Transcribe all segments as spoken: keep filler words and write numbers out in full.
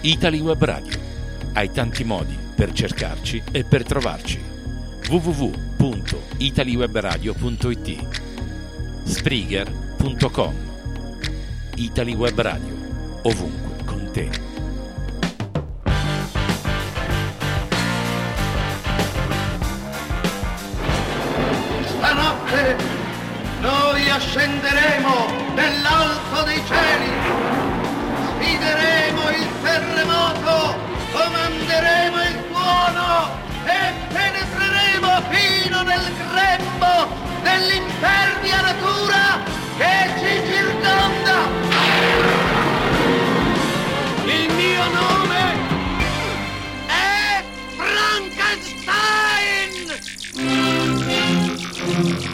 Italy Web Radio. Hai tanti modi per cercarci e per trovarci. w w w punto italywebradio punto i t, Spreaker punto com. Italy Web Radio, ovunque con te. Stanotte noi ascenderemo nell'alto dei cieli, sfideremo il terremoto, comanderemo il tuono e penetreremo fino nel grembo dell'impervia natura che ci circonda. Il mio nome è Frankenstein!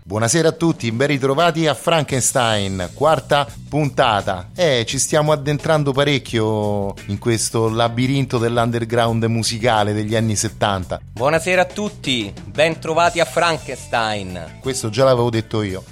Buonasera a tutti, ben ritrovati a Frankenstein, quarta puntata. Eh, ci stiamo addentrando parecchio in questo labirinto dell'underground musicale degli anni settanta. Buonasera a tutti, ben trovati a Frankenstein. Questo già l'avevo detto io.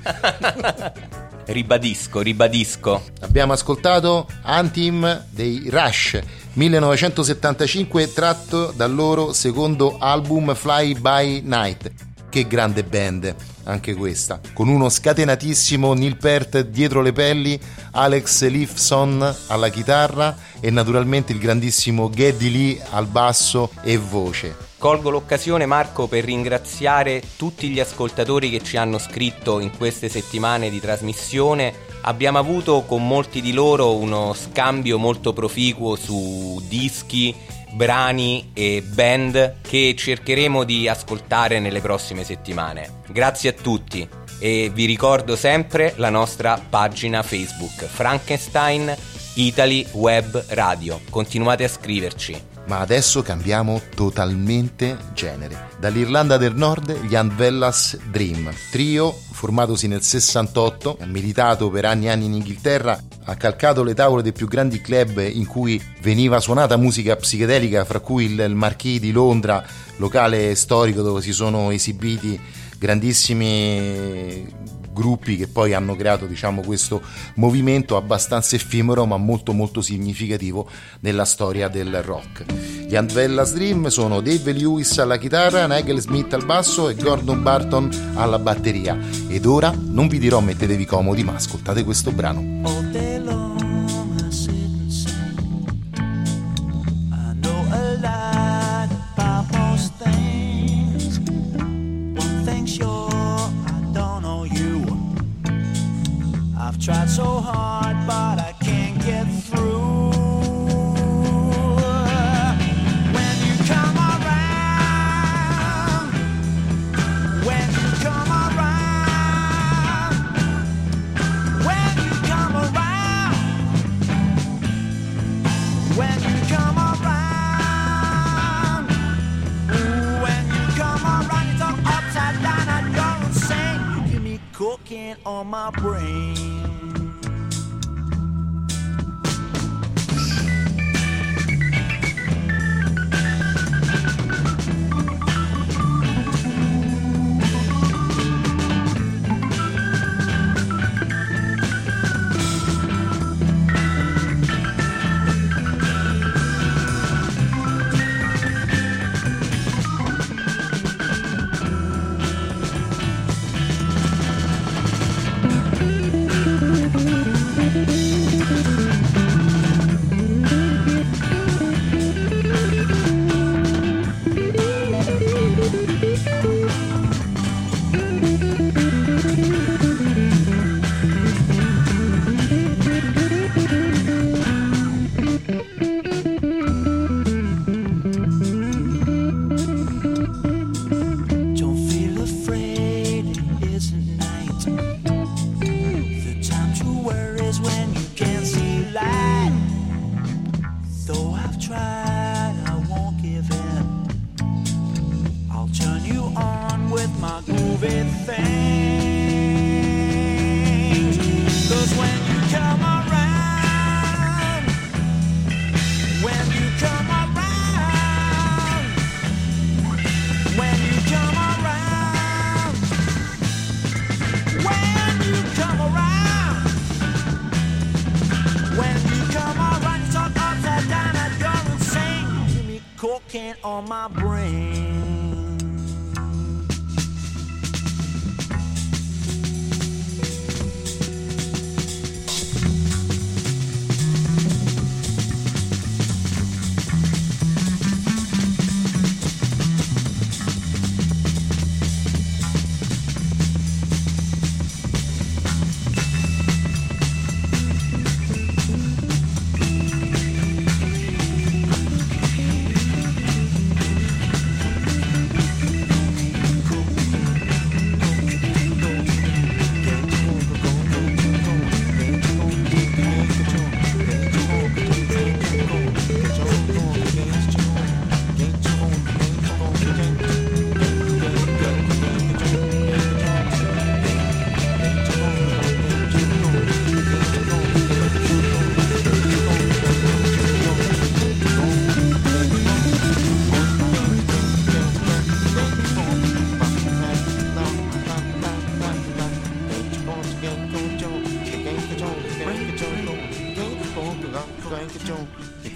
Ribadisco, ribadisco. Abbiamo ascoltato Anthem dei Rush, millenovecentosettantacinque, tratto dal loro secondo album Fly By Night. Che grande band anche questa, con uno scatenatissimo Neil Peart dietro le pelli, Alex Lifeson alla chitarra e naturalmente il grandissimo Geddy Lee al basso e voce. Colgo l'occasione, Marco, per ringraziare tutti gli ascoltatori che ci hanno scritto in queste settimane di trasmissione. Abbiamo avuto con molti di loro uno scambio molto proficuo su dischi, brani e band che cercheremo di ascoltare nelle prossime settimane. Grazie a tutti e vi ricordo sempre la nostra pagina Facebook Frankenstein Italy Web Radio. Continuate a scriverci. Ma adesso cambiamo totalmente genere. Dall'Irlanda del Nord gli Antvellas Dream, trio formatosi nel sessantotto, ha militato per anni e anni in Inghilterra, ha calcato le tavole dei più grandi club in cui veniva suonata musica psichedelica, fra cui il, il Marquis di Londra, locale storico dove si sono esibiti grandissimi gruppi che poi hanno creato, diciamo, questo movimento abbastanza effimero ma molto molto significativo nella storia del rock. Gli Antvellas Dream sono Dave Lewis alla chitarra, Nigel Smith al basso e Gordon Barton alla batteria. Ed ora non vi dirò mettetevi comodi, ma ascoltate questo brano. All day long I sit and sing. I know a lot about most things. One thing sure, I don't know you. I've tried so hard but I can't get through. When you come around, when you come around, when you come around, when you come around, ooh, when you come around, you talk upside down and you're insane. You give me cocaine on my brain. On my brain.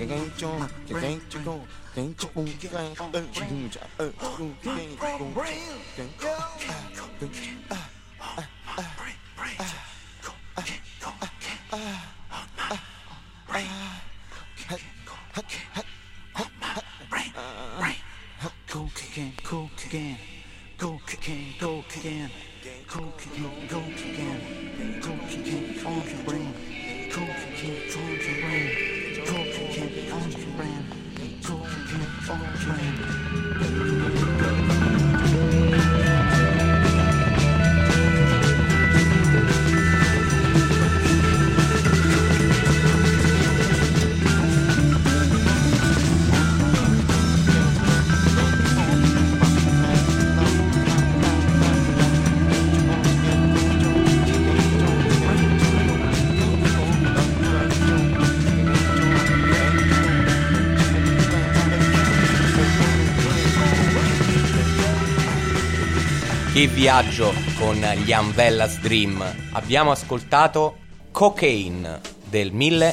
Che viaggio con gli Umbrellas Dream. Abbiamo ascoltato Cocaine del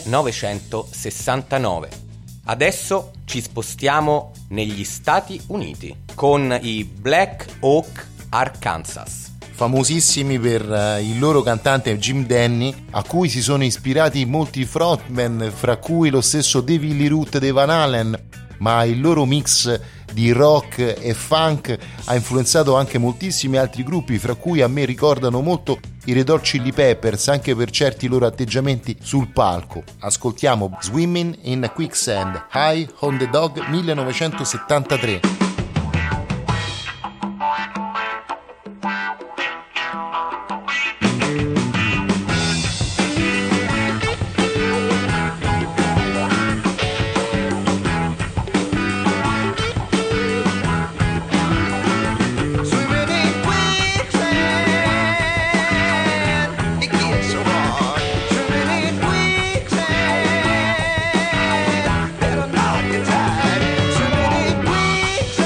millenovecentosessantanove. Adesso ci spostiamo negli Stati Uniti con i Black Oak Arkansas, famosissimi per uh, il loro cantante Jim Denny, a cui si sono ispirati molti frontman, fra cui lo stesso David Lee Roth dei Van Halen, ma il loro mix di rock e funk ha influenzato anche moltissimi altri gruppi, fra cui a me ricordano molto i Red Hot Chili Peppers, anche per certi loro atteggiamenti sul palco. Ascoltiamo Swimming in Quicksand, High on the Dog millenovecentosettantatré. Better not get tired. Swimming in quicksand.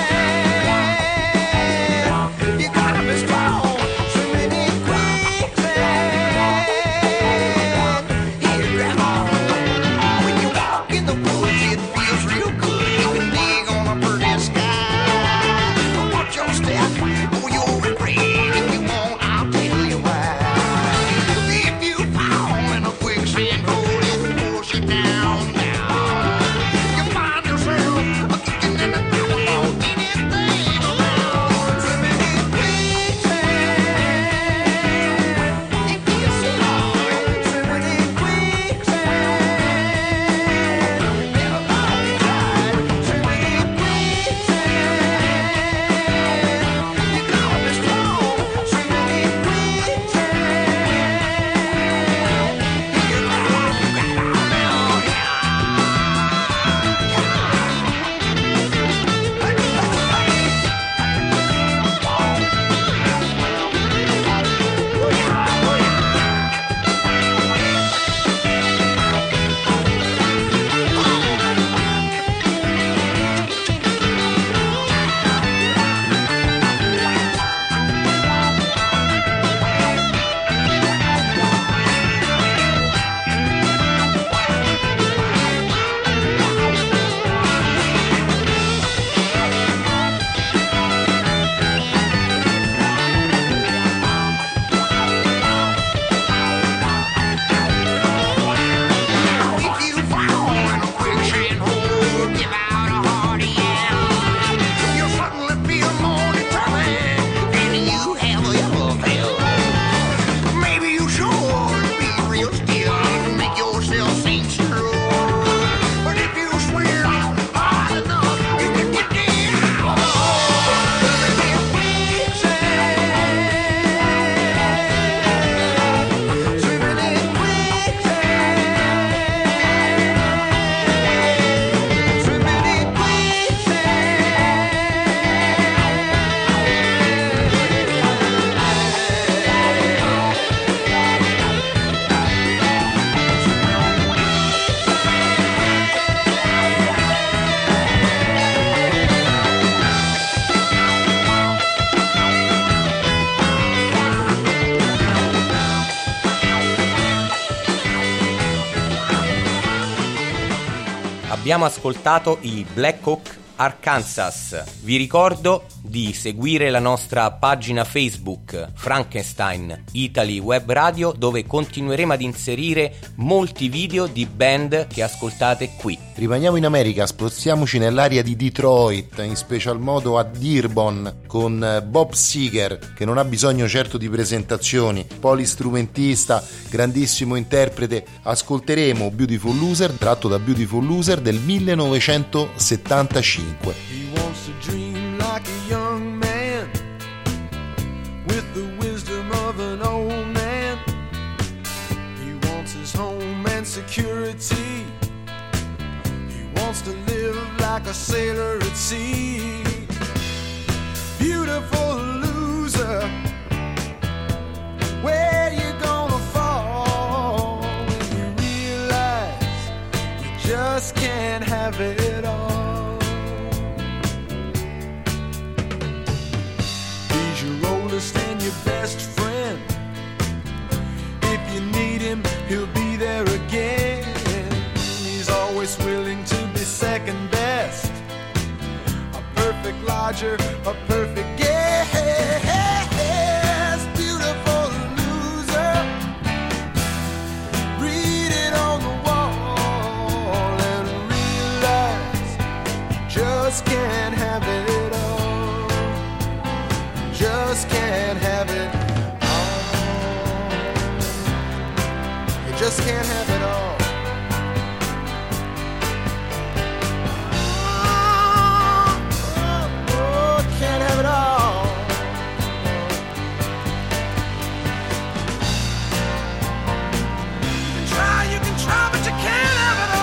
Abbiamo ascoltato i Black Oak Arkansas. Vi ricordo di seguire la nostra pagina Facebook Frankenstein Italy Web Radio, dove continueremo ad inserire molti video di band che ascoltate qui. Rimaniamo in America, spostiamoci nell'area di Detroit, in special modo a Dearborn, con Bob Seger, che non ha bisogno certo di presentazioni, polistrumentista, grandissimo interprete. Ascolteremo Beautiful Loser, tratto da Beautiful Loser del millenovecentosettantacinque. He wants to dream like a young man with the wisdom of an old man. He wants his home and security. He wants to live like a sailor at sea. Beautiful loser, where you gonna fall when you realize you just can't have it all? And your best friend, if you need him, he'll be there again. He's always willing to be second best, a perfect lodger, a perfect guest. Beautiful loser, read it on the wall and realize you just can't have it. Just can't have it all. You just can't have it all. Oh, oh, oh, can't have it all. You can try, you can try, but you can't have it all.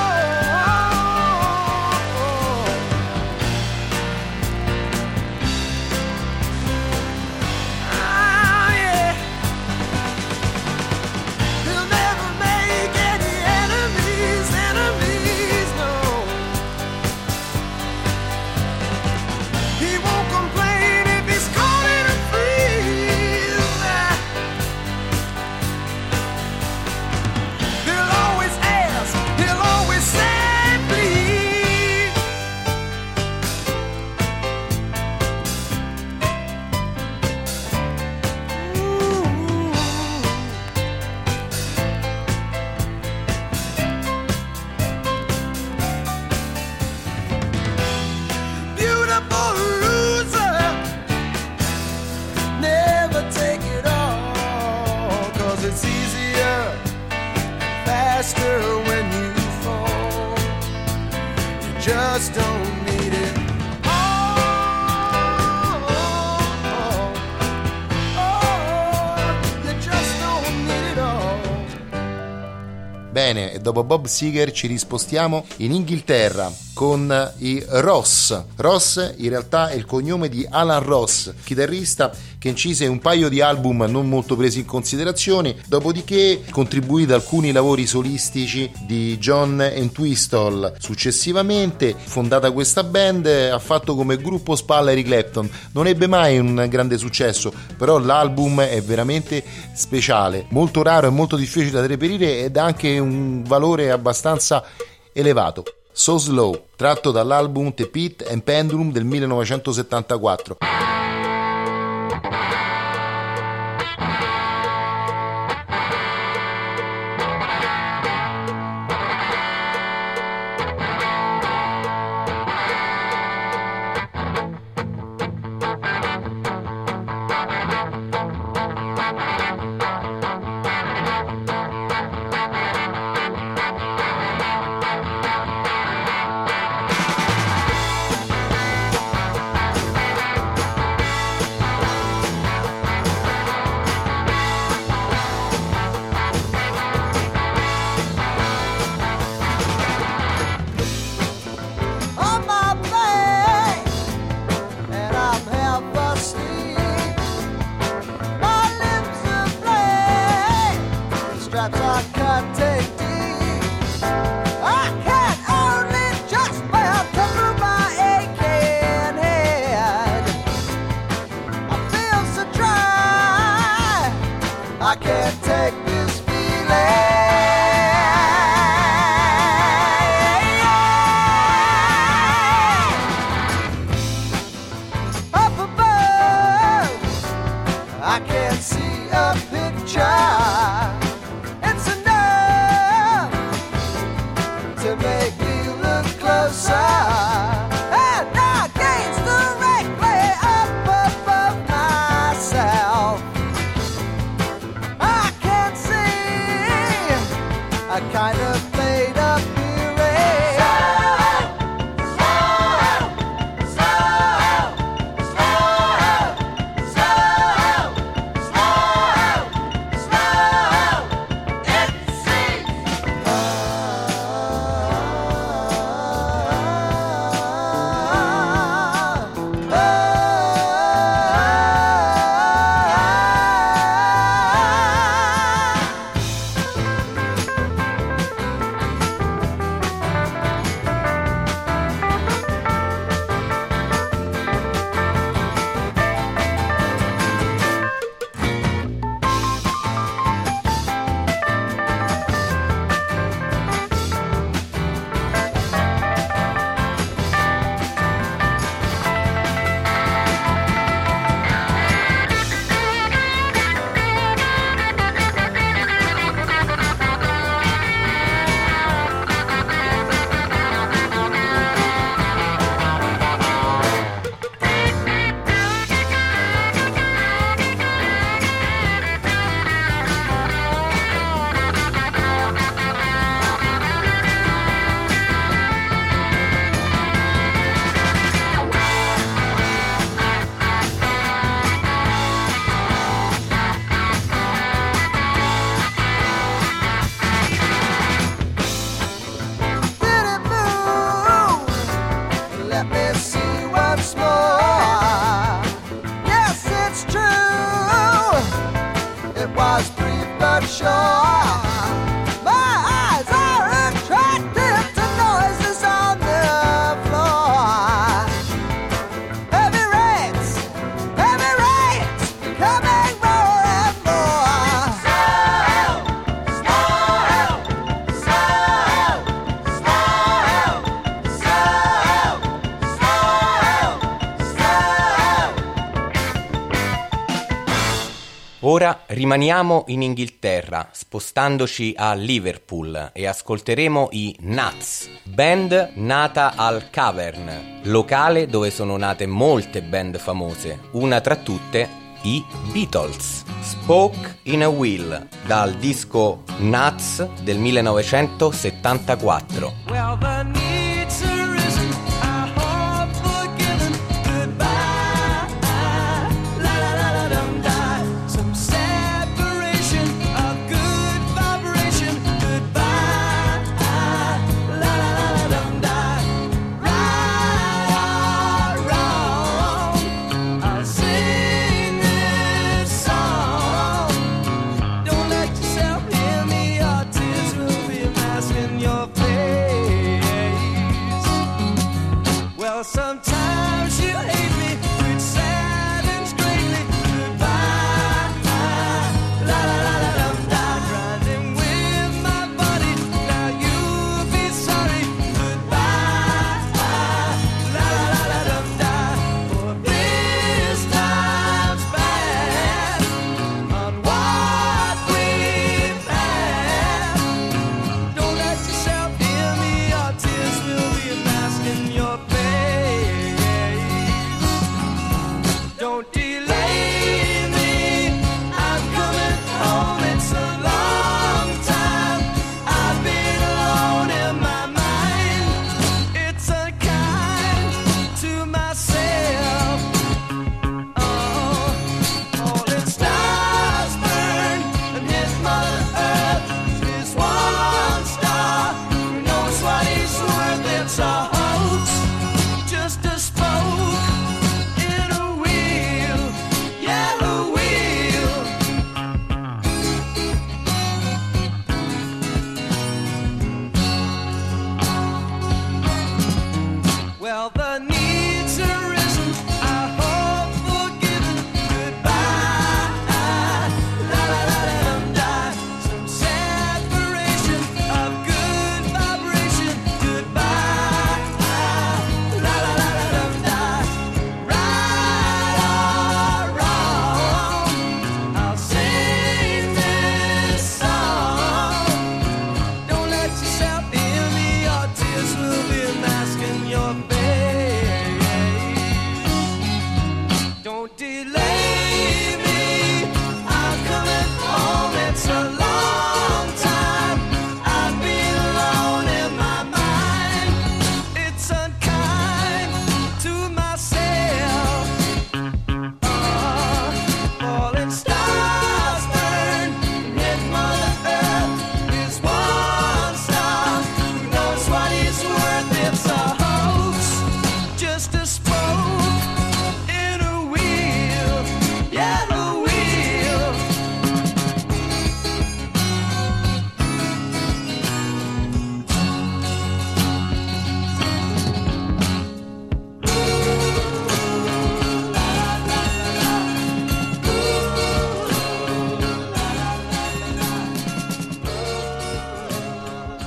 Just don't need it. Oh, oh, oh, oh, you just don't need it all. Bene, e dopo Bob Seger ci rispostiamo in Inghilterra con i Ross. Ross in realtà è il cognome di Alan Ross, chitarrista che incise un paio di album non molto presi in considerazione, dopodiché contribuì ad alcuni lavori solistici di John Entwistle. Successivamente, fondata questa band, ha fatto come gruppo spalla Eric Clapton. Non ebbe mai un grande successo, però l'album è veramente speciale, molto raro e molto difficile da reperire ed ha anche un valore abbastanza elevato. So Slow, tratto dall'album The Pit and Pendulum del millenovecentosettantaquattro. I can't take this feeling. I can't see a picture. It's enough to make me look closer. And I gaze directly up above myself. I can see a kind of made up erase. Ora rimaniamo in Inghilterra, spostandoci a Liverpool, e ascolteremo i Nuts, band nata al Cavern, locale dove sono nate molte band famose, una tra tutte i Beatles. Spoke in a Wheel, dal disco Nuts del millenovecentosettantaquattro. Well, the needs arisen, I hope forgiven, goodbye, la la la la dum die, some separation of good vibration, goodbye, la la la la dum die, right or wrong, I'll sing this song, don't let yourself hear me, your tears will be a mask in your face.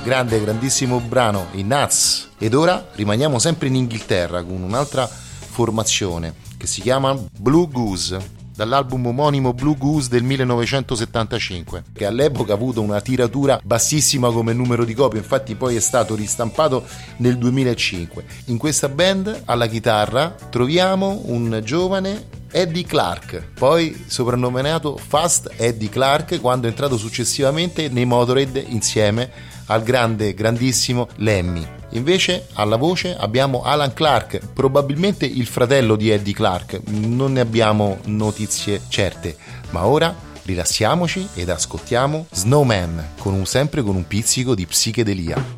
grande, grandissimo brano, i Nuts. Ed ora rimaniamo sempre in Inghilterra con un'altra formazione che si chiama Blue Goose, dall'album omonimo Blue Goose del millenovecentosettantacinque, che all'epoca ha avuto una tiratura bassissima come numero di copie, infatti poi è stato ristampato nel duemilacinque. In questa band alla chitarra troviamo un giovane Eddie Clark, poi soprannominato Fast Eddie Clark, quando è entrato successivamente nei Motorhead insieme al grande, grandissimo Lemmy. Invece alla voce abbiamo Alan Clark, probabilmente il fratello di Eddie Clark, non ne abbiamo notizie certe, ma ora rilassiamoci ed ascoltiamo Snowman, con un, sempre con un pizzico di psichedelia.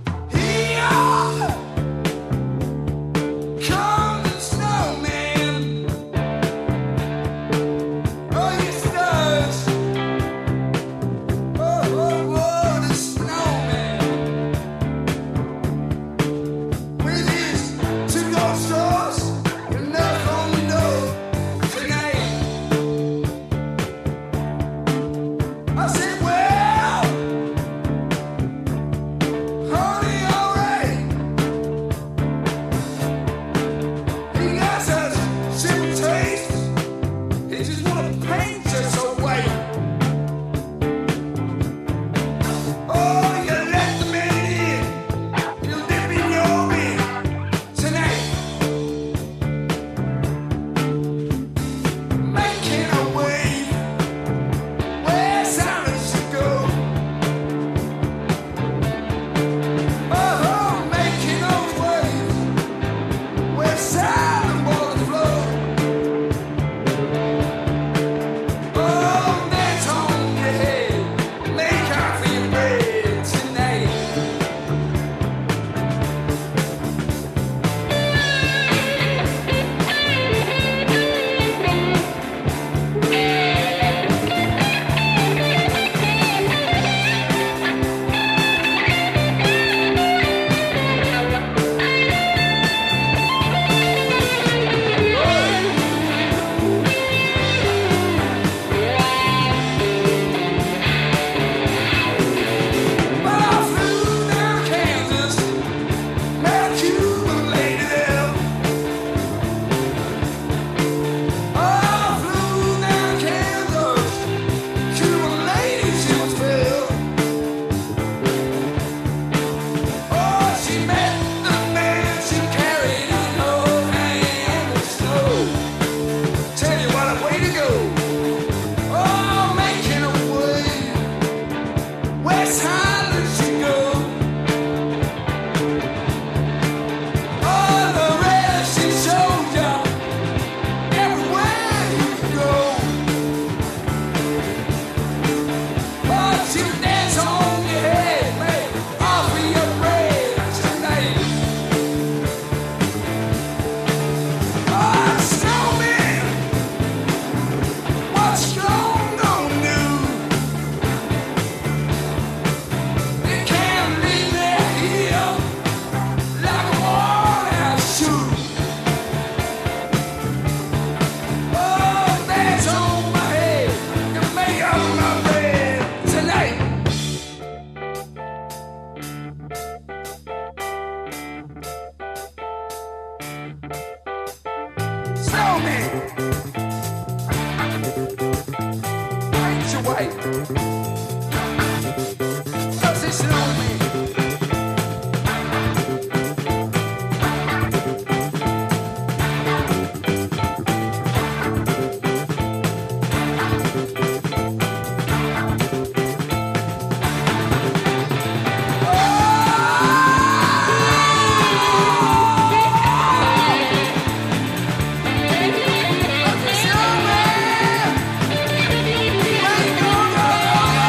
Let's go!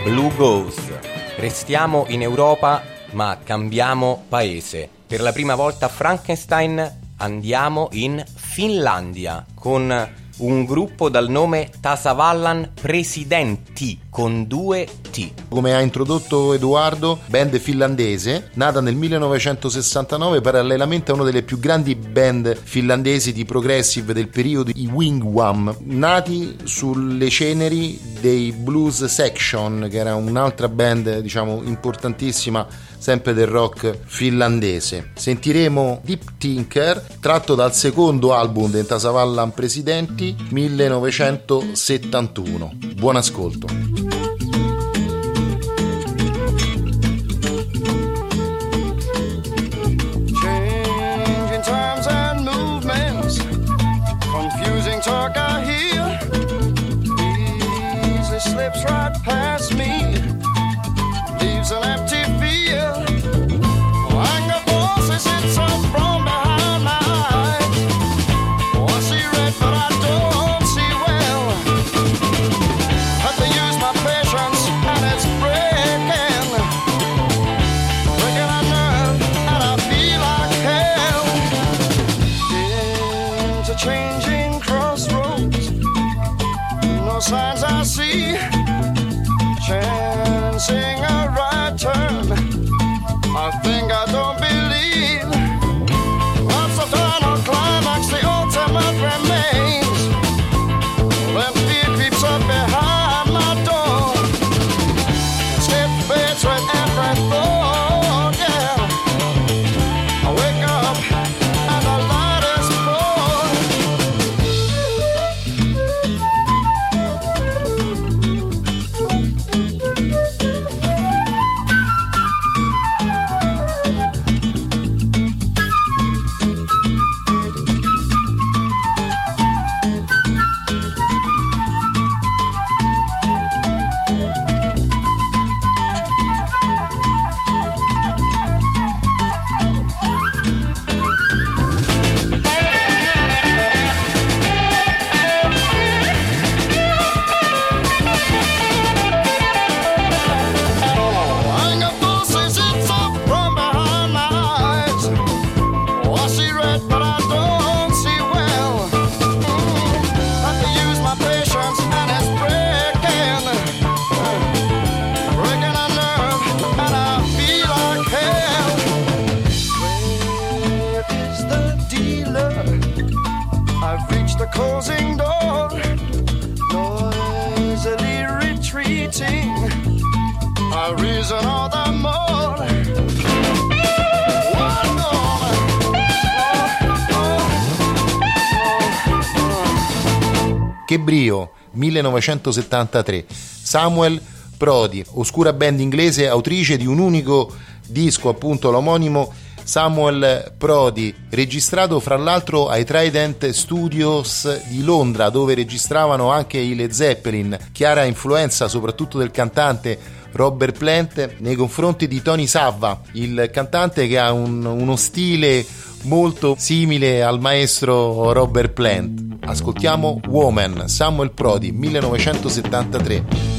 Blue Ghost. Restiamo in Europa, ma cambiamo paese. Per la prima volta a Frankenstein andiamo in Finlandia con un gruppo dal nome Tasavallan Presidenti con due T. Come ha introdotto Edoardo, band finlandese, nata nel millenovecentosessantanove parallelamente a una delle più grandi band finlandesi di progressive del periodo, i Wingwam, nati sulle ceneri dei Blues Section, che era un'altra band, diciamo, importantissima sempre del rock finlandese. Sentiremo Deep Thinker, tratto dal secondo album dei Tasavallan Presidenti, millenovecentosettantuno. Buon ascolto. Changing times and movements, confusing talk I hear, easy slips right past me, leaves an empty field. Anger forces itself from behind my eyes. Oh, I see red, but I don't see well. Have to use my patience, and it's breaking, breaking a nerve, and I feel like hell. Interchanging crossroads, no signs I see, chancing a right turn, I think I don't believe. Lots of final climax, the ultimate remains. When fear creeps up behind my door, skip fades with every thought, yeah. I wake up and the light is closing door, noisily retreating, I reason all the more. One more. Che brio, millenovecentosettantatré. Samuel Prodi, oscura band inglese autrice di un unico disco, appunto l'omonimo Samuel Prodi, registrato fra l'altro ai Trident Studios di Londra, dove registravano anche i Led Zeppelin, chiara influenza soprattutto del cantante Robert Plant nei confronti di Tony Savva, il cantante che ha un, uno stile molto simile al maestro Robert Plant. Ascoltiamo Woman, Samuel Prodi, millenovecentosettantatré.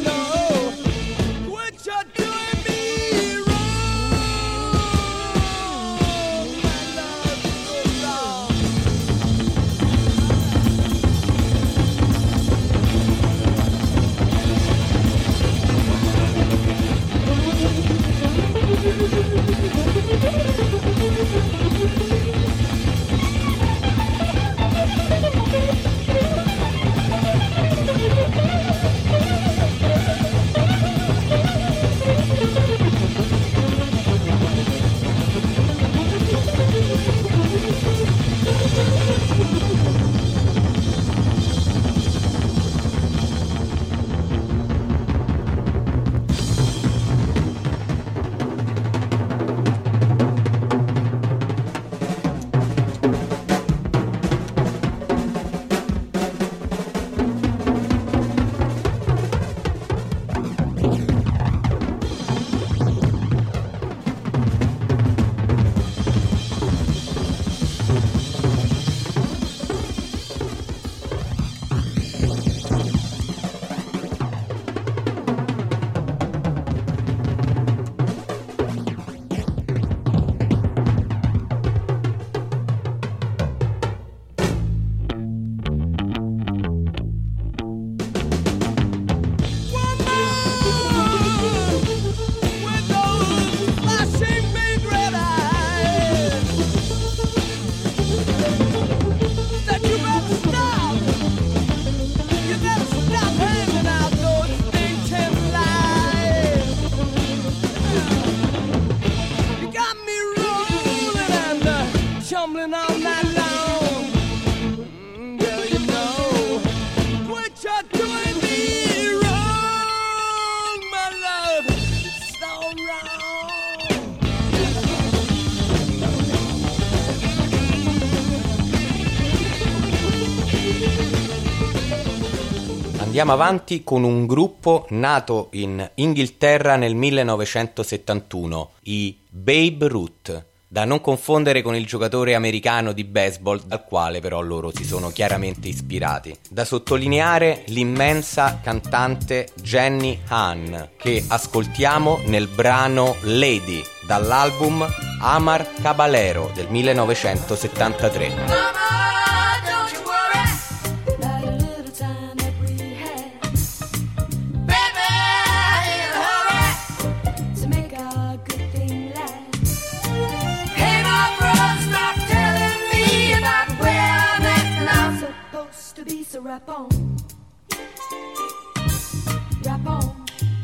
Andiamo avanti con un gruppo nato in Inghilterra nel millenovecentosettantuno, i Babe Ruth, da non confondere con il giocatore americano di baseball dal quale però loro si sono chiaramente ispirati. Da sottolineare l'immensa cantante Jenny Han, che ascoltiamo nel brano Lady dall'album Amar Caballero del millenovecentosettantatré. Rap on, rap on.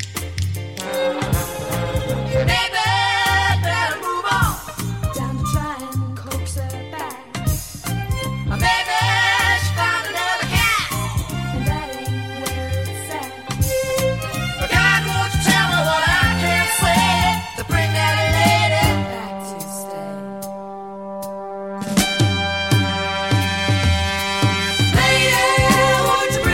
Baby, better move on. Down to try and coax her back. Baby, she found another cat, and that ain't where it's at. God, won't you tell me what I can say to bring that lady back to stay? Lady, won't you bring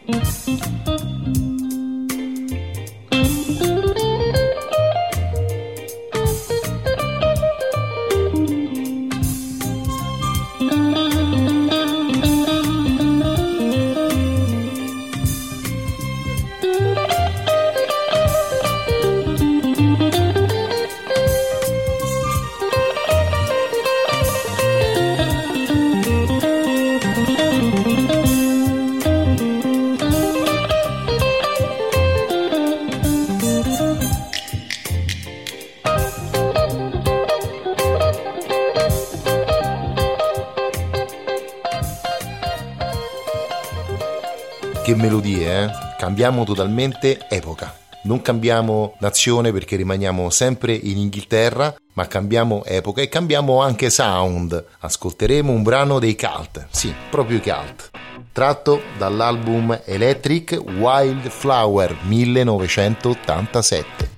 Che melodie, eh? Cambiamo totalmente epoca. Non cambiamo nazione perché rimaniamo sempre in Inghilterra, ma cambiamo epoca e cambiamo anche sound. Ascolteremo un brano dei Cult, sì, proprio i Cult, tratto dall'album Electric Wildflower millenovecentottantasette.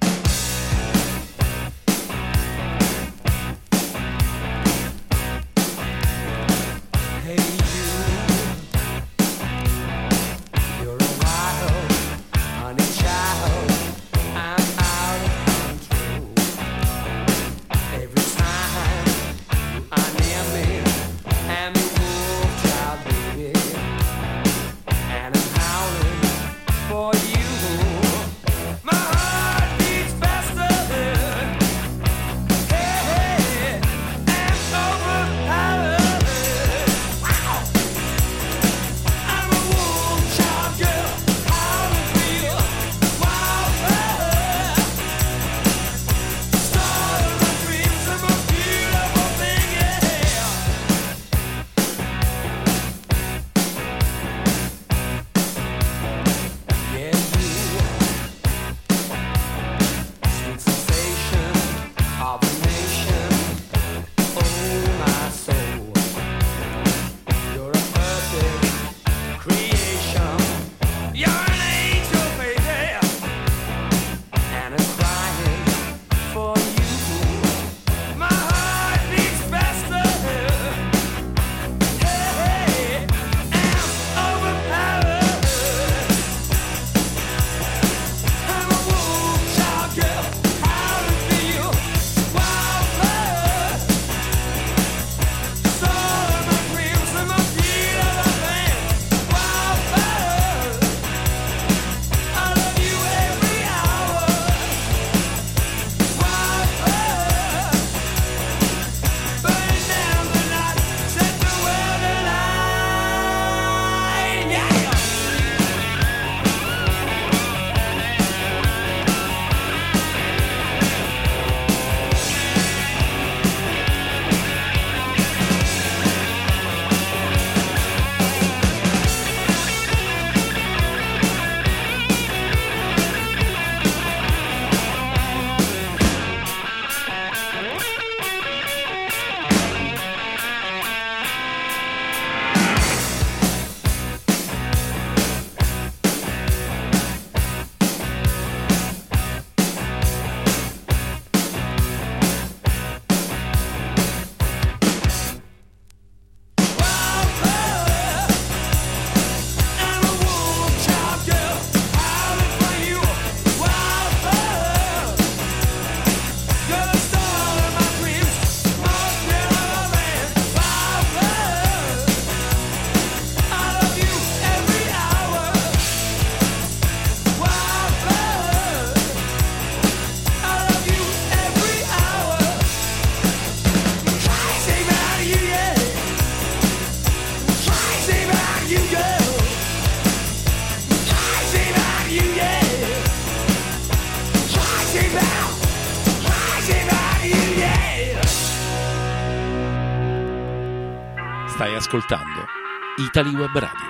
Stai ascoltando Italy Web Radio.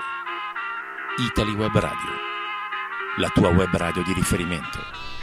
Italy Web Radio, la tua web radio di riferimento.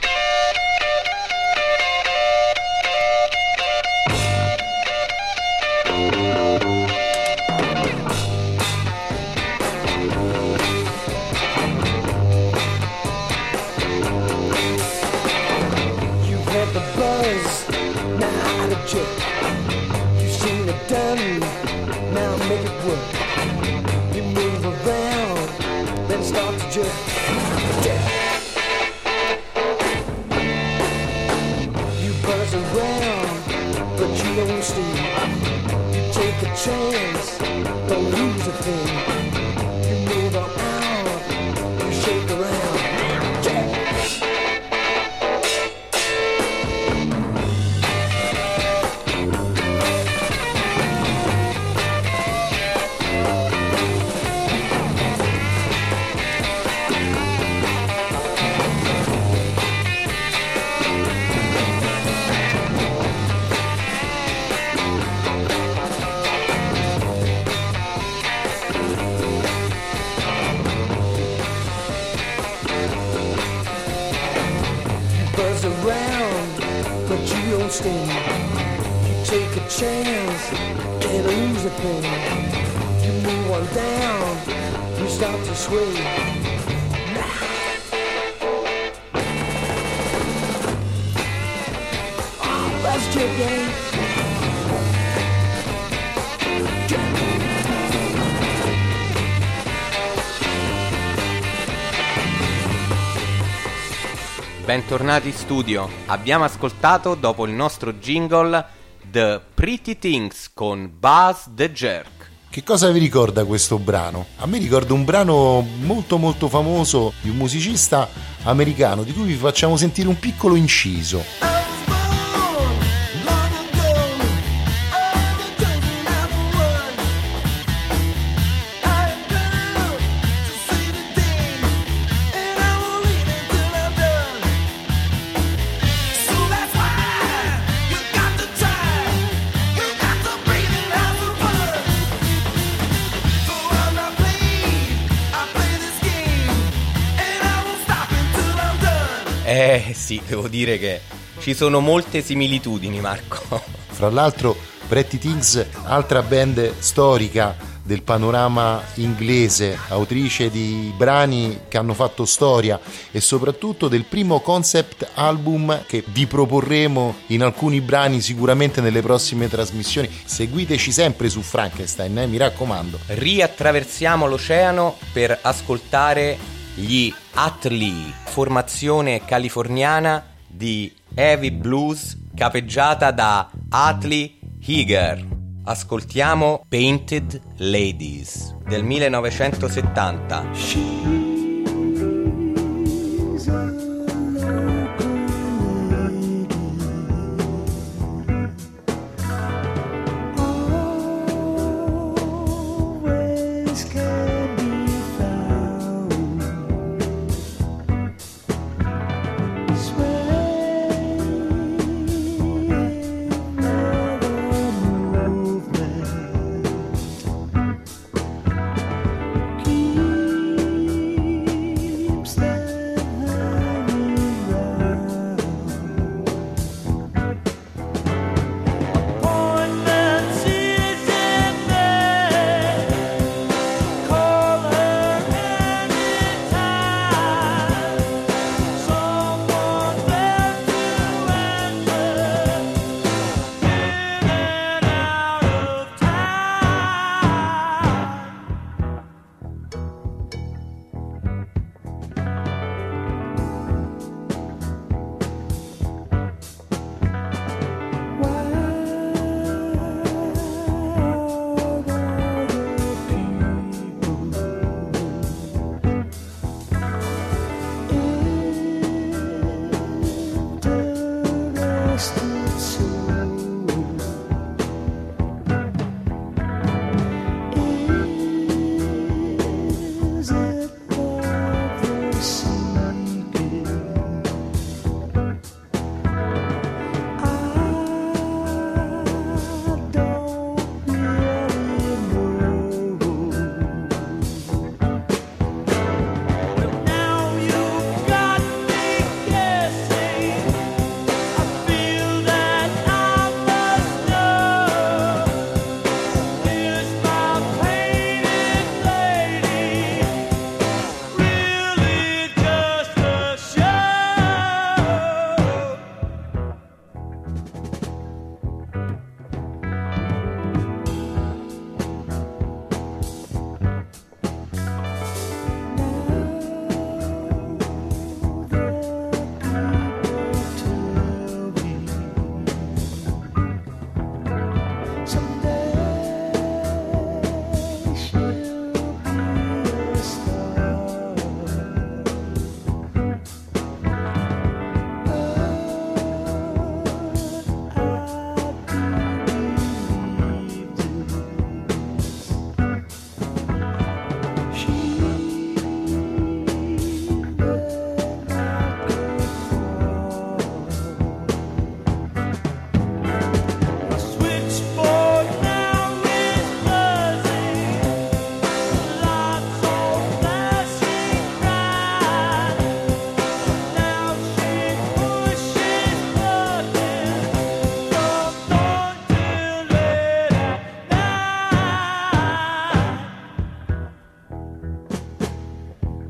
You've had the buzz, now how to check. You've seen it done, now make it work. You move around, then start to jet, jet. You buzz around, but you don't steam. You take a chance, don't lose a thing. You move around, you shake around, jet. Buzz around, but you don't sting. You take a chance, can't lose a thing. You move on down, you start to sway. Oh, that's Jet Gang. Bentornati in studio. Abbiamo ascoltato, dopo il nostro jingle, The Pretty Things con Buzz the Jerk. Che cosa vi ricorda questo brano? A me ricorda un brano molto molto famoso di un musicista americano di cui vi facciamo sentire un piccolo inciso. Eh sì, devo dire che ci sono molte similitudini, Marco. Fra l'altro Pretty Things, altra band storica del panorama inglese, autrice di brani che hanno fatto storia e soprattutto del primo concept album che vi proporremo in alcuni brani sicuramente nelle prossime trasmissioni. Seguiteci sempre su Frankenstein, eh, mi raccomando. Riattraversiamo l'oceano per ascoltare gli Atlee, formazione californiana di heavy blues capeggiata da Atlee Heger. Ascoltiamo Painted Ladies del millenovecentosettanta. Keep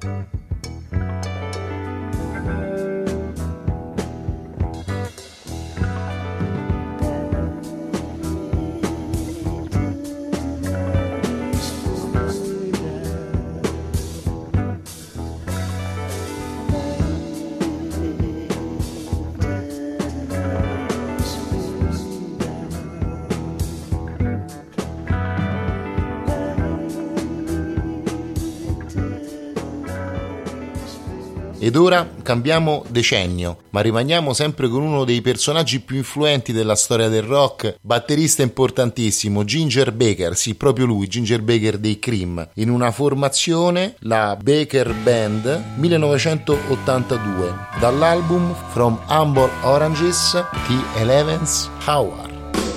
Ed ora cambiamo decennio, ma rimaniamo sempre con uno dei personaggi più influenti della storia del rock, batterista importantissimo, Ginger Baker, sì, proprio lui, Ginger Baker dei Cream, in una formazione, la Baker Band, millenovecentottantadue, dall'album From Humble Oranges, The Eleventh Hour.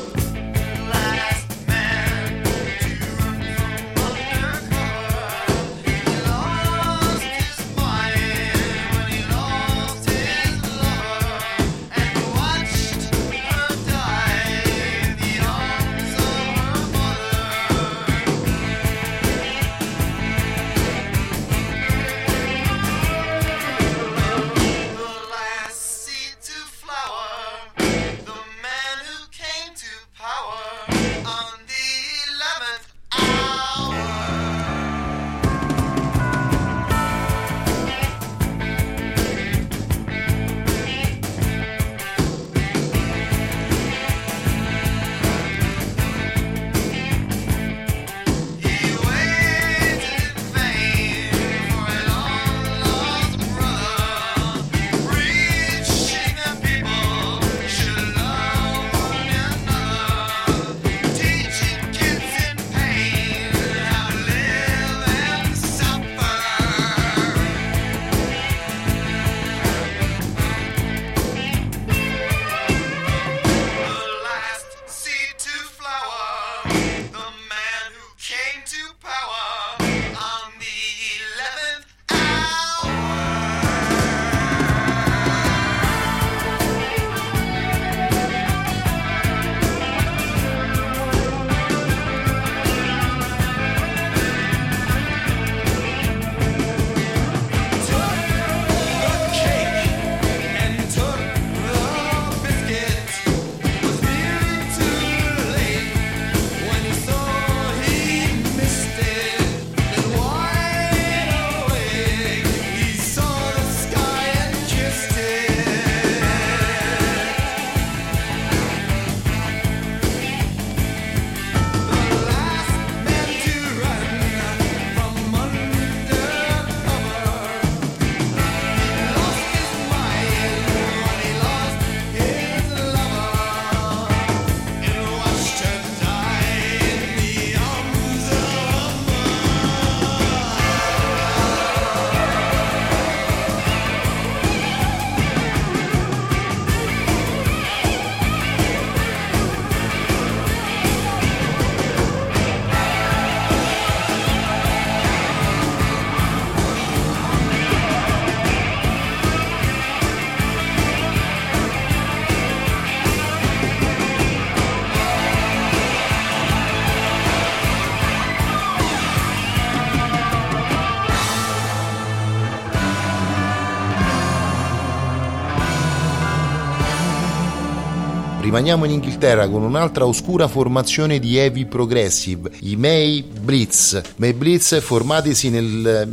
Rimaniamo in Inghilterra con un'altra oscura formazione di heavy progressive, i May Blitz. May Blitz formatisi nel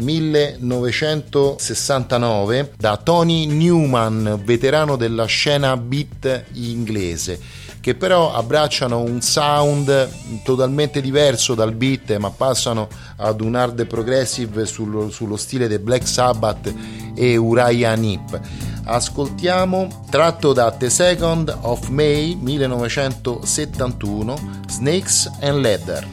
millenovecentosessantanove da Tony Newman, veterano della scena beat inglese, che però abbracciano un sound totalmente diverso dal beat, ma passano ad un hard progressive sullo, sullo stile dei Black Sabbath e Uriah Heep. Ascoltiamo, tratto da The Second of May millenovecentosettantuno, Snakes and Leather.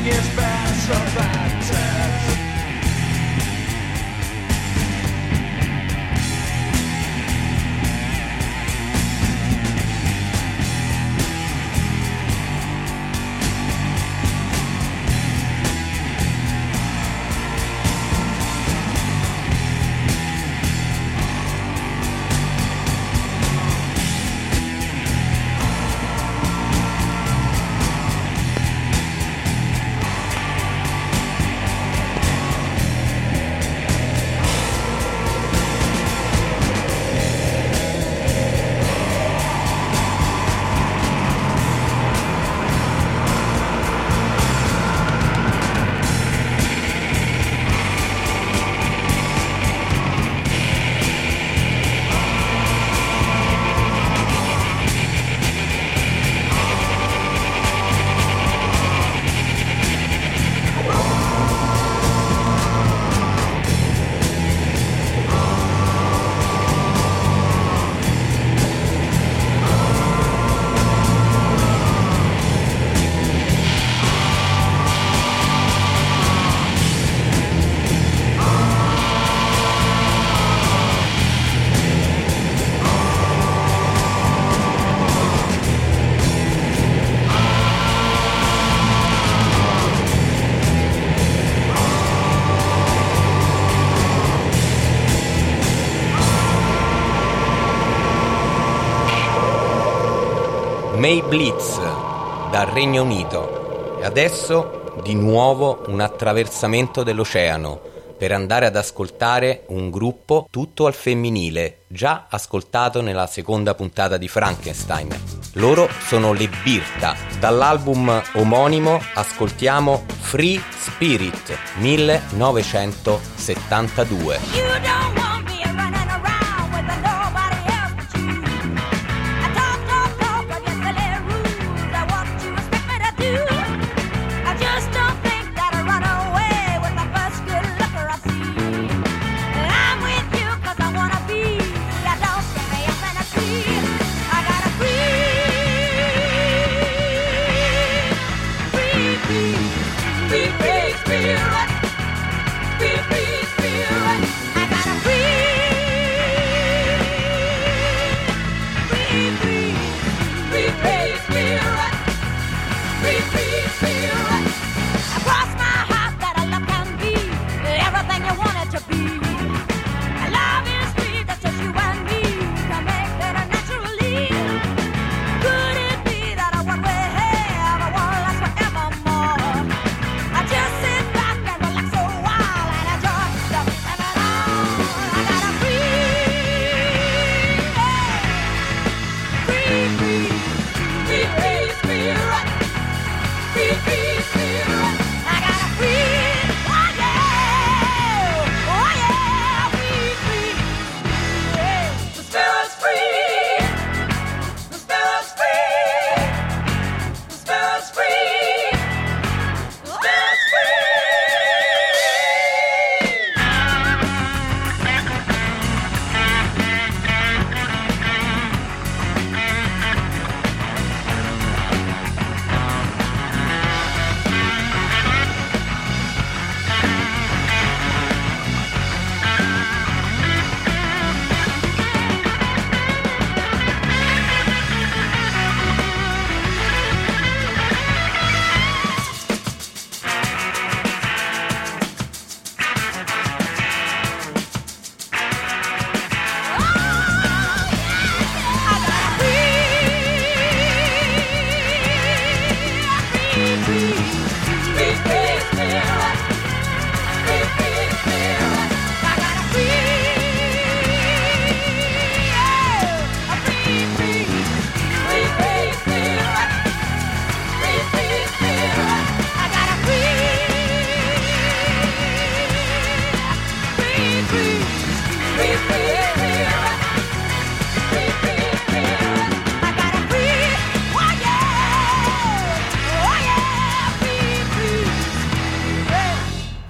gets bad, so bad touch. May Blitz dal Regno Unito. E adesso di nuovo un attraversamento dell'oceano per andare ad ascoltare un gruppo tutto al femminile, già ascoltato nella seconda puntata di Frankenstein. Loro sono le Birta. Dall'album omonimo ascoltiamo Free Spirit millenovecentosettantadue. You don't want me running around with nobody else but you. I talk, talk, talk against the little rules of what you expect me to do. I just don't think that I run away with the first good looker I see. I'm with you 'cause I wanna be. I don't give me up in a tree. I got a free, free, free, free, free spirit. Free, free spirit. I got a free, free, free, free, free spirit. Free, free spirit. Across my heart that a love can be everything you want it to be. Love is free, that's just you and me. Can make it naturally. Could it be that I what we have, I want last forevermore? I just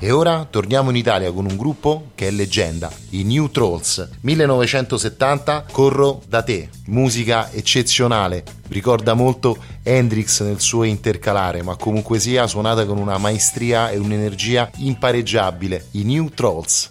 E ora torniamo in Italia con un gruppo che è leggenda, i New Trolls. millenovecentosettanta, Corro da te, musica eccezionale, ricorda molto Hendrix nel suo intercalare, ma comunque sia suonata con una maestria e un'energia impareggiabile, i New Trolls.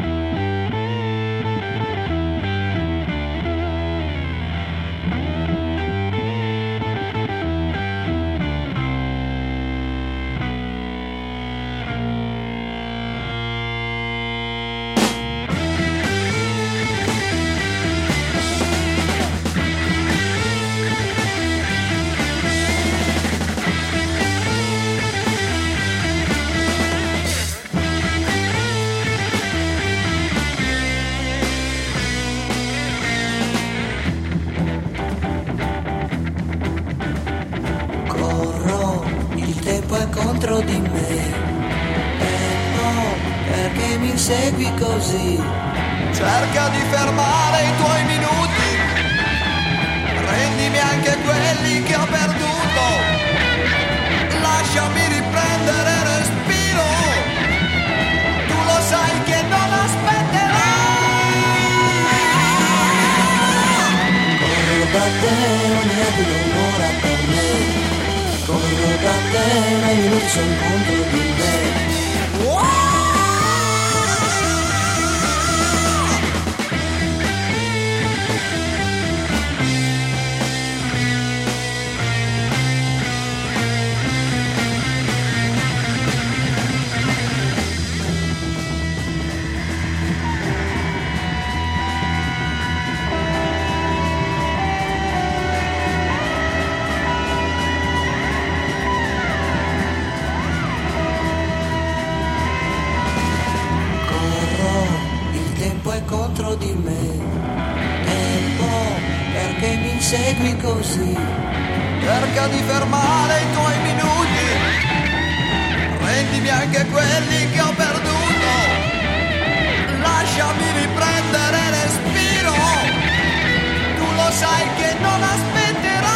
Corro, il tempo è contro di me. Tempo, perché mi insegui così? Cerca di fermare i tuoi minuti, rendimi anche quelli che ho perduto. Lasciami riprendere respiro, tu lo sai che non aspetterai. Corro da te, non è più un'ora per me. Corro da te, ma i minuti sono contro di me. Contro di me, tempo, perché mi insegui così? Cerca di fermare i tuoi minuti, rendimi anche quelli che ho perduto. Lasciami riprendere respiro, tu lo sai che non aspetterai.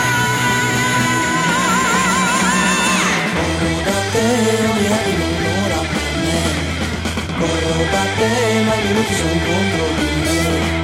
Corro da te, ogni anno un'ora per me. Corro da te, ma i minuti sono contro di me.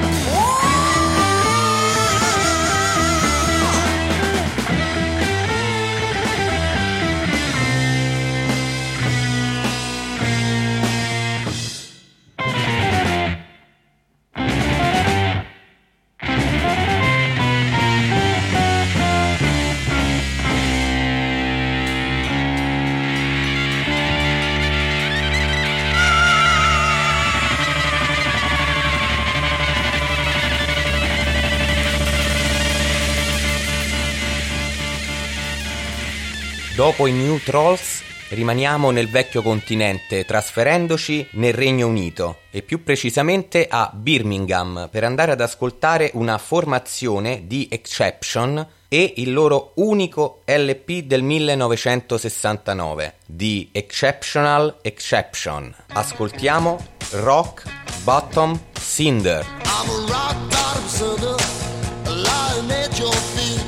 Dopo i New Trolls rimaniamo nel vecchio continente, trasferendoci nel Regno Unito e più precisamente a Birmingham per andare ad ascoltare una formazione di Exception e il loro unico L P del millenovecentosessantanove, The Exceptional Exception. Ascoltiamo Rock Bottom Cinder. I'm a rock bottom cinder, lying at your feet.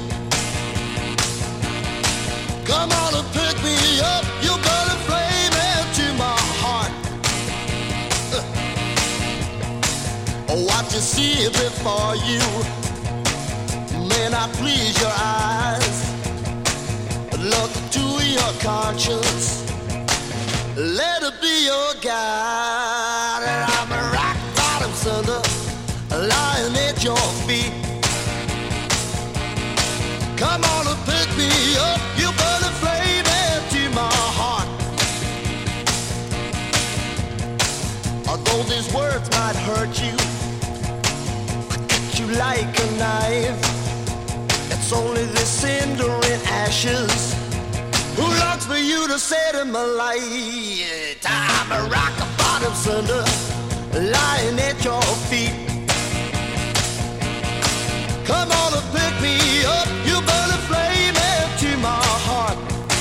Come on and pick me up, you burn a flame into my heart. Oh, what you see before you may not please your eyes. Look to your conscience, let it be your guide. And I'm a rock bottom cinder, lying at your feet. Come on and pick me up, you burn a flame into my heart. Although these words might hurt you, cut you like a knife, it's only the cinder and ashes who longs for you to set in my light. I'm a rock bottom cinder, lying at your feet. Come on and pick me up, you burn a flame into my heart.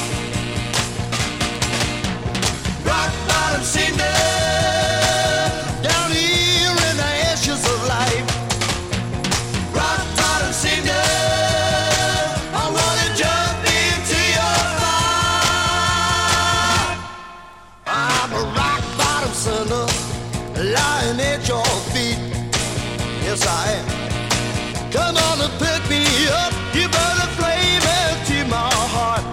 Rock bottom cinder, down here in the ashes of life. Rock bottom cinder, I wanna jump into your fire. I'm a rock yes I am. Come on and pick me up, you better flame it to my heart.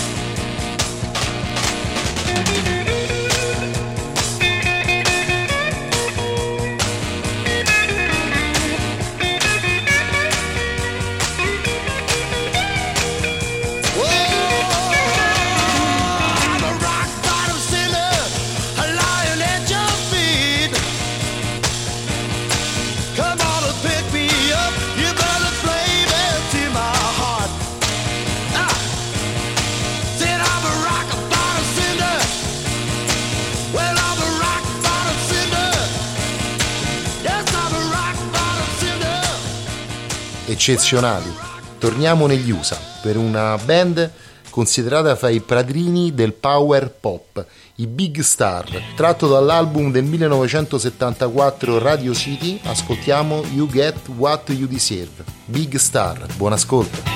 Eccezionali. Torniamo negli U S A per una band considerata fra i padrini del power pop, i Big Star. Tratto dall'album del millenovecentosettantaquattro Radio City, ascoltiamo You Get What You Deserve. Big Star, buon ascolto.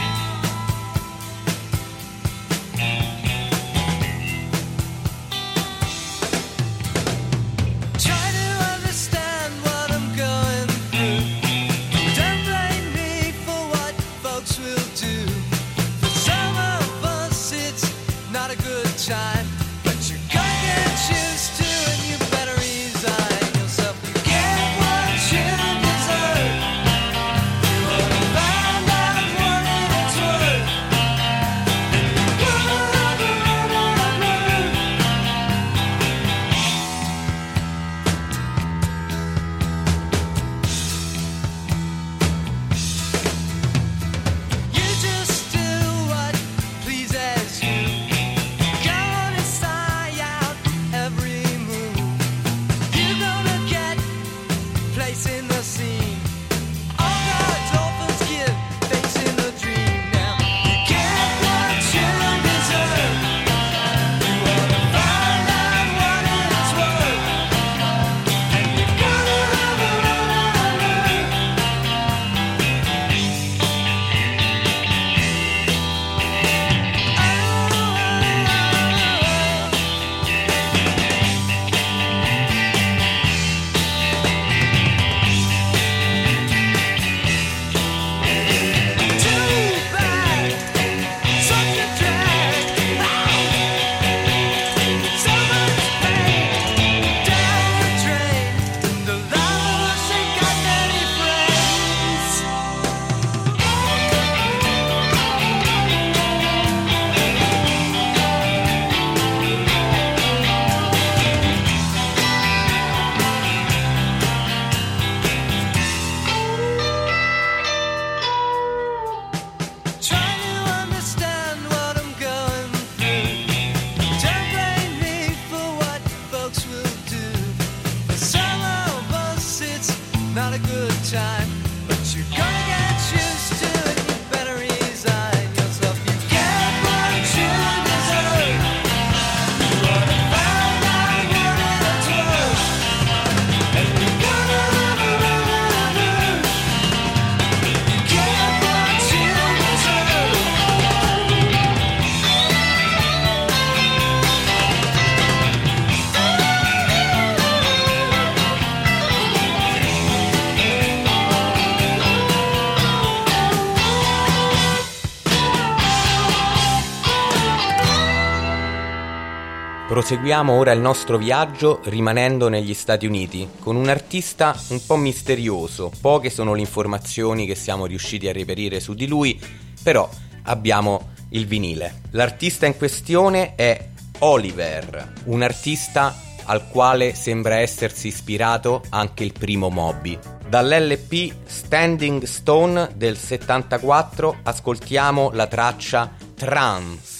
Proseguiamo ora il nostro viaggio rimanendo negli Stati Uniti con un artista un po' misterioso. Poche sono le informazioni che siamo riusciti a reperire su di lui, però abbiamo il vinile. L'artista in questione è Oliver, un artista al quale sembra essersi ispirato anche il primo Moby. Dall'L P Standing Stone del settantaquattro ascoltiamo la traccia Trance.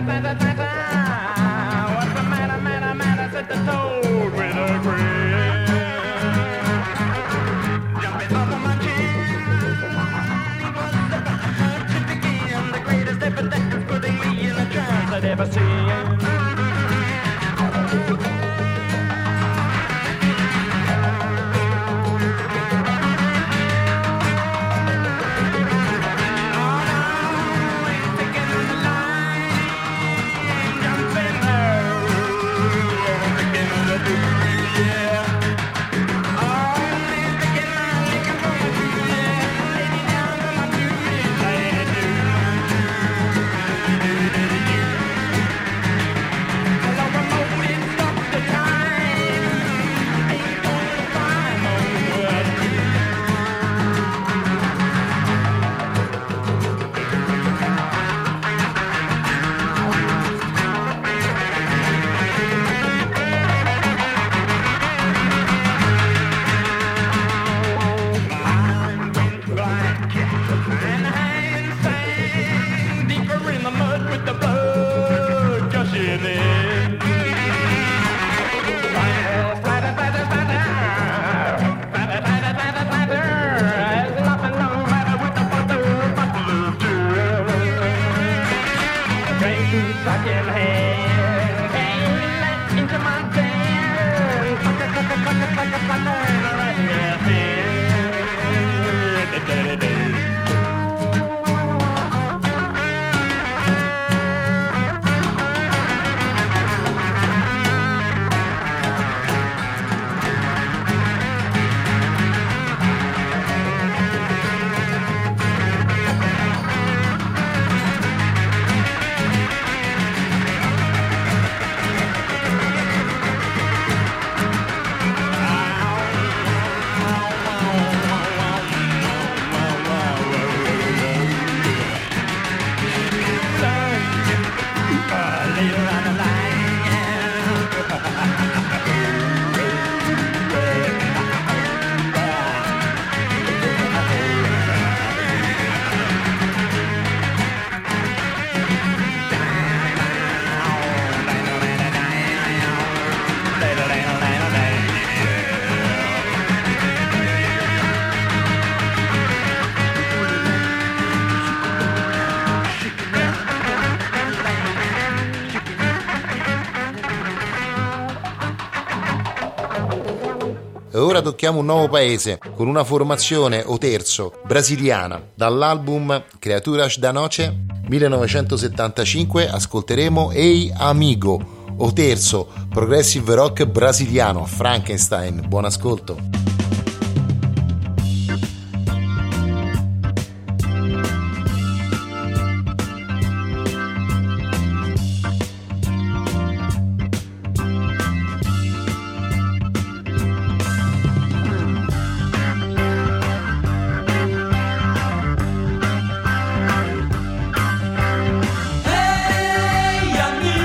E ora tocchiamo un nuovo paese con una formazione o terzo brasiliana. Dall'album Criaturas da Noche millenovecentosettantacinque ascolteremo Ei Amigo, o terzo progressive rock brasiliano, Frankenstein. Buon ascolto.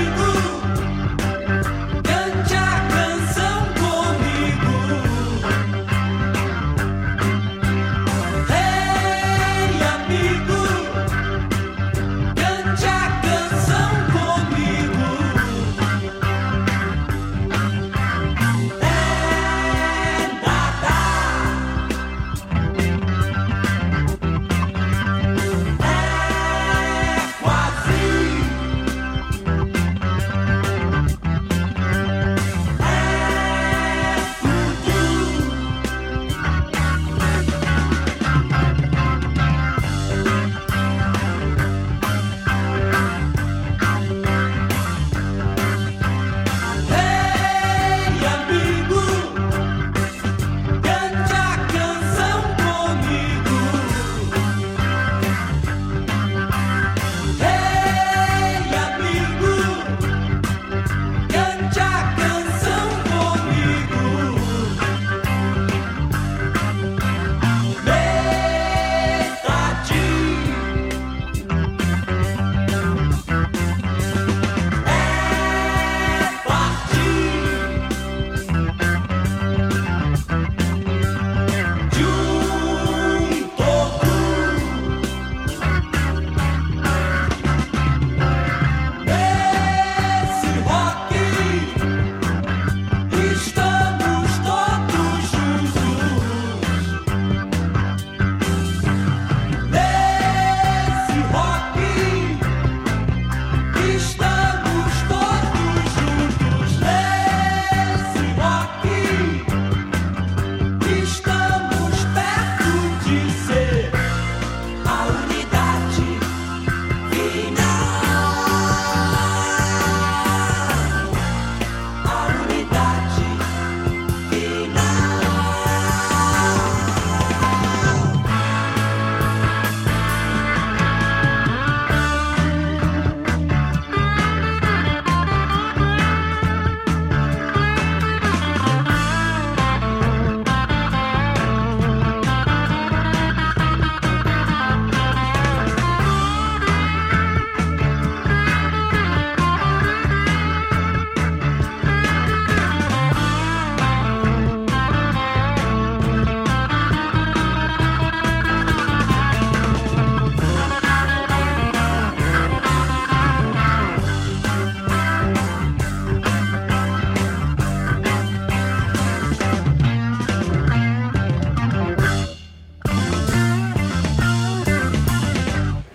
Cante a canção comigo.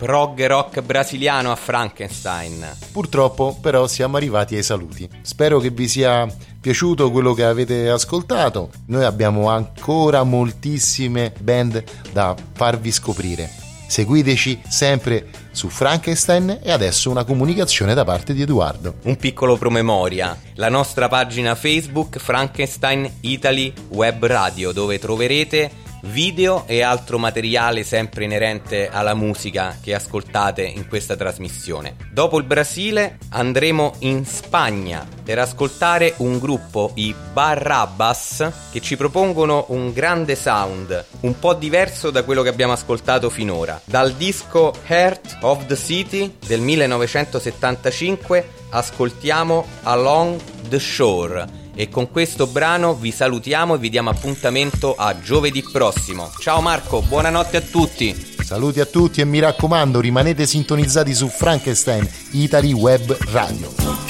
prog rock brasiliano a Frankenstein. Purtroppo però siamo arrivati ai saluti. Spero che vi sia piaciuto quello che avete ascoltato. Noi abbiamo ancora moltissime band da farvi scoprire. Seguiteci sempre su Frankenstein e adesso una comunicazione da parte di Edoardo. Un piccolo promemoria, la nostra pagina Facebook Frankenstein Italy Web Radio, dove troverete video e altro materiale sempre inerente alla musica che ascoltate in questa trasmissione. Dopo il Brasile andremo in Spagna per ascoltare un gruppo, i Barrabbas, che ci propongono un grande sound un po' diverso da quello che abbiamo ascoltato finora. Dal disco Heart of the City del millenovecentosettantacinque ascoltiamo Along the Shore. E con questo brano vi salutiamo e vi diamo appuntamento a giovedì prossimo. Ciao Marco, buonanotte a tutti. Saluti a tutti e mi raccomando, rimanete sintonizzati su Frankenstein Italy Web Radio.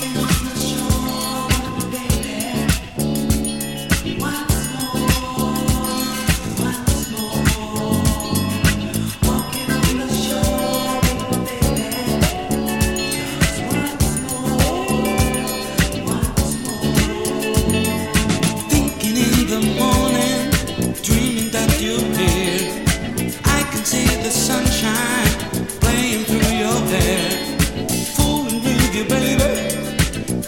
Sunshine playing through your hair, fooling with you, baby.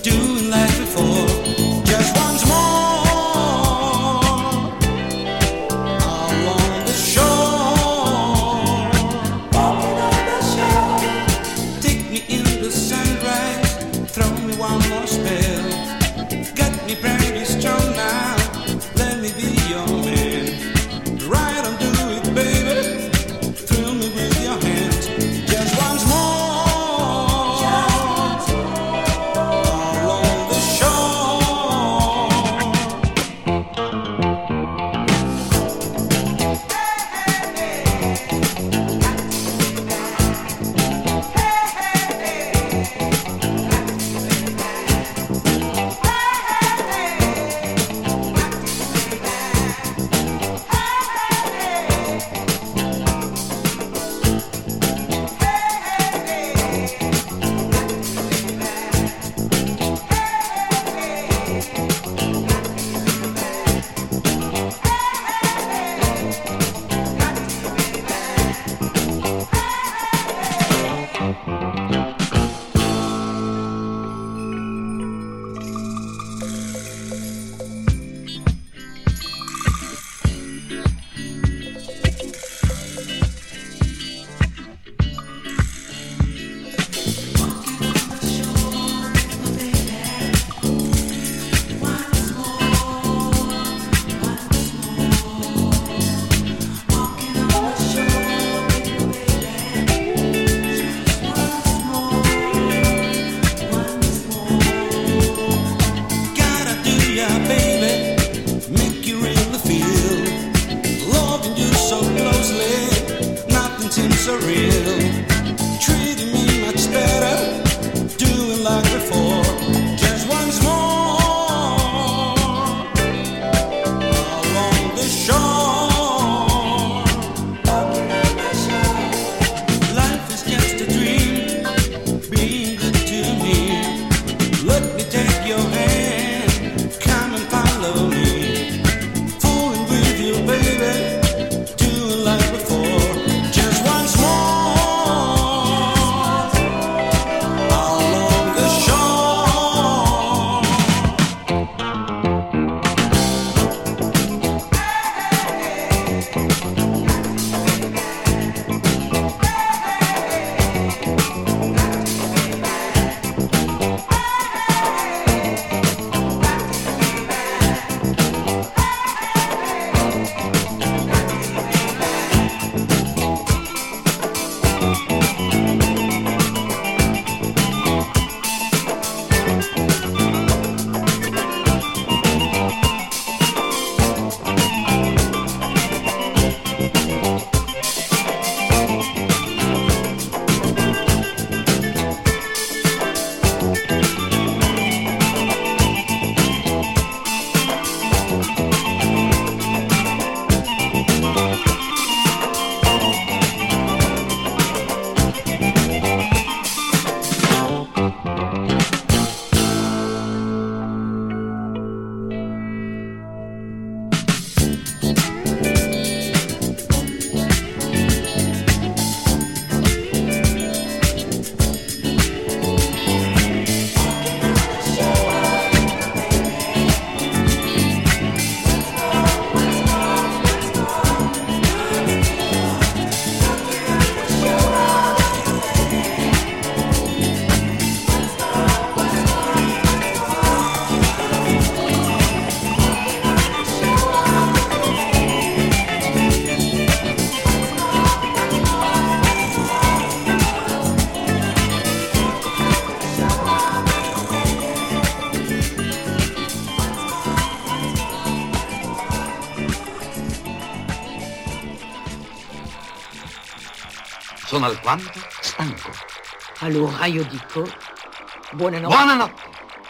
sono alquanto stanco. Allora io dico buonanotte. Buonanotte.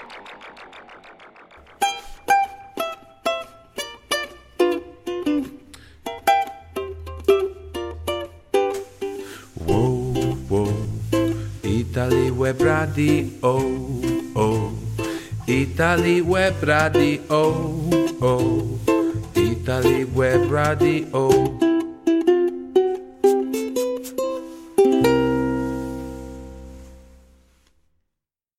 Wow, wow, Italy Web Radio, oh, Italy Web Radio, oh, Italy Web Radio.